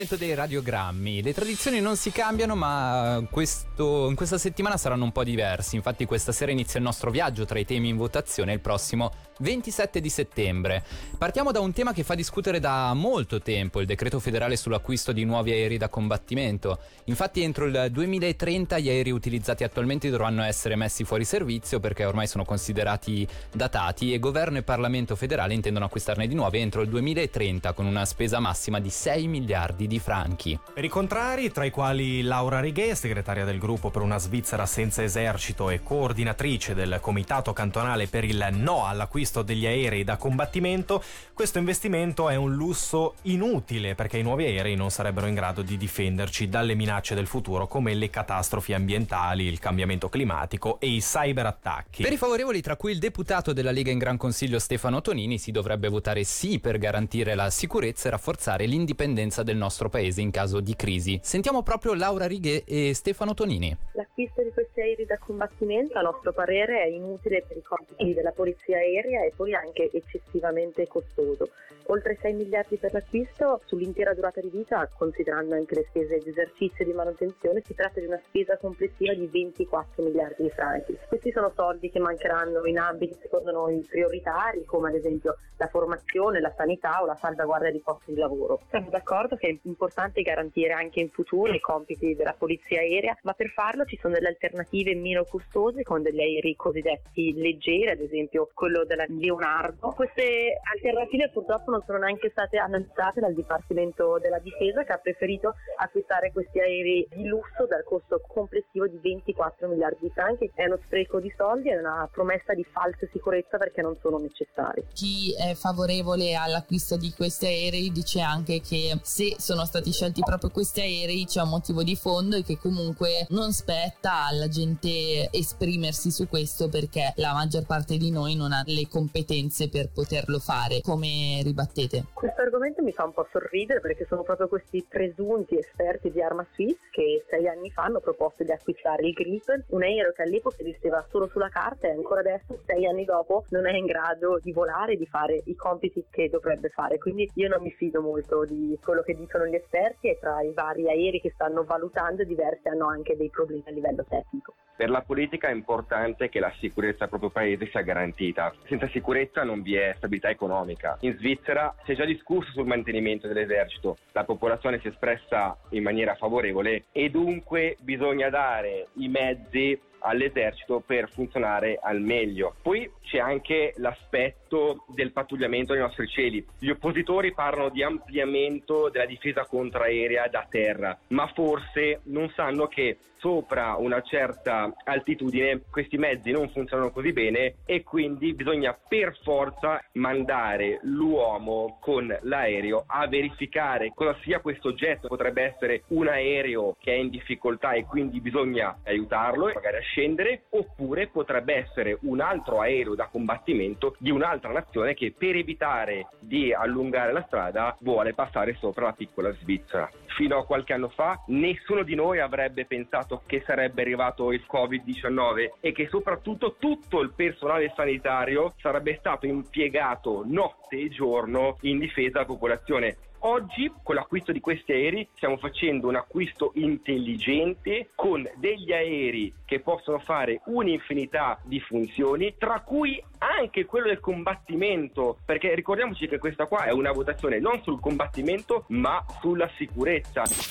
Dei radiogrammi. Le tradizioni non si cambiano, ma in questa settimana saranno un po' diversi. Infatti questa sera inizia il nostro viaggio tra i temi in votazione il prossimo 27 di settembre. Partiamo da un tema che fa discutere da molto tempo: il decreto federale sull'acquisto di nuovi aerei da combattimento. Infatti entro il 2030 gli aerei utilizzati attualmente dovranno essere messi fuori servizio perché ormai sono considerati datati, e governo e Parlamento federale intendono acquistarne di nuovi entro il 2030 con una spesa massima di 6 miliardi di franchi. Per i contrari, tra i quali Laura Righe, segretaria del gruppo per una Svizzera senza esercito e coordinatrice del comitato cantonale per il no all'acquisto degli aerei da combattimento, questo investimento è un lusso inutile perché i nuovi aerei non sarebbero in grado di difenderci dalle minacce del futuro come le catastrofi ambientali, il cambiamento climatico e i cyberattacchi. Per i favorevoli, tra cui il deputato della Lega in Gran Consiglio Stefano Tonini, si dovrebbe votare sì per garantire la sicurezza e rafforzare l'indipendenza del nostro paese in caso di crisi. Sentiamo proprio Laura Righe e Stefano Tonini. L'acquisto di questi aerei da combattimento, a nostro parere, è inutile per i compiti della polizia aerea e poi anche eccessivamente costoso. Oltre 6 miliardi per l'acquisto sull'intera durata di vita, considerando anche le spese di esercizio e di manutenzione, si tratta di una spesa complessiva di 24 miliardi di franchi. Questi sono soldi che mancheranno in ambiti secondo noi prioritari, come ad esempio la formazione, la sanità o la salvaguardia di posti di lavoro. Siamo d'accordo che è importante garantire anche in futuro i compiti della polizia aerea, ma per farlo ci sono delle alternative meno costose con degli aerei cosiddetti leggeri, ad esempio quello della Leonardo. Queste alternative purtroppo non sono neanche state analizzate dal Dipartimento della Difesa, che ha preferito acquistare questi aerei di lusso dal costo complessivo di 24 miliardi di franchi. È uno spreco di soldi, è una promessa di falsa sicurezza perché non sono necessari. Chi è favorevole all'acquisto di questi aerei dice anche che se sono stati scelti proprio questi aerei c'è un motivo di fondo e che comunque non spetta alla gente esprimersi su questo perché la maggior parte di noi non ha le competenze per poterlo fare. Come ribattete? Questo argomento mi fa un po' sorridere perché sono proprio questi presunti esperti di Arma Suisse che 6 anni fa hanno proposto di acquistare il Gripen, un aereo che all'epoca esisteva solo sulla carta e ancora adesso, 6 anni dopo, non è in grado di volare e di fare i compiti che dovrebbe fare. Quindi io non mi fido molto di quello che dicono gli esperti, e tra i vari aerei che stanno valutando diversi hanno anche dei problemi a livello tecnico. Per la politica è importante che la sicurezza del proprio paese sia garantita. Senza sicurezza non vi è stabilità economica. In Svizzera si è già discusso sul mantenimento dell'esercito, la popolazione si è espressa in maniera favorevole e dunque bisogna dare i mezzi all'esercito per funzionare al meglio. Poi c'è anche l'aspetto del pattugliamento dei nostri cieli. Gli oppositori parlano di ampliamento della difesa contraerea da terra, ma forse non sanno che sopra una certa altitudine questi mezzi non funzionano così bene e quindi bisogna per forza mandare l'uomo con l'aereo a verificare cosa sia questo oggetto. Potrebbe essere un aereo che è in difficoltà e quindi bisogna aiutarlo e magari a scendere, oppure potrebbe essere un altro aereo da combattimento di un'altra nazione che per evitare di allungare la strada vuole passare sopra la piccola Svizzera. Fino a qualche anno fa nessuno di noi avrebbe pensato che sarebbe arrivato il Covid-19 e che soprattutto tutto il personale sanitario sarebbe stato impiegato notte e giorno in difesa della popolazione. Oggi, con l'acquisto di questi aerei, stiamo facendo un acquisto intelligente con degli aerei che possono fare un'infinità di funzioni, tra cui anche quello del combattimento, perché ricordiamoci che questa qua è una votazione non sul combattimento ma sulla sicurezza.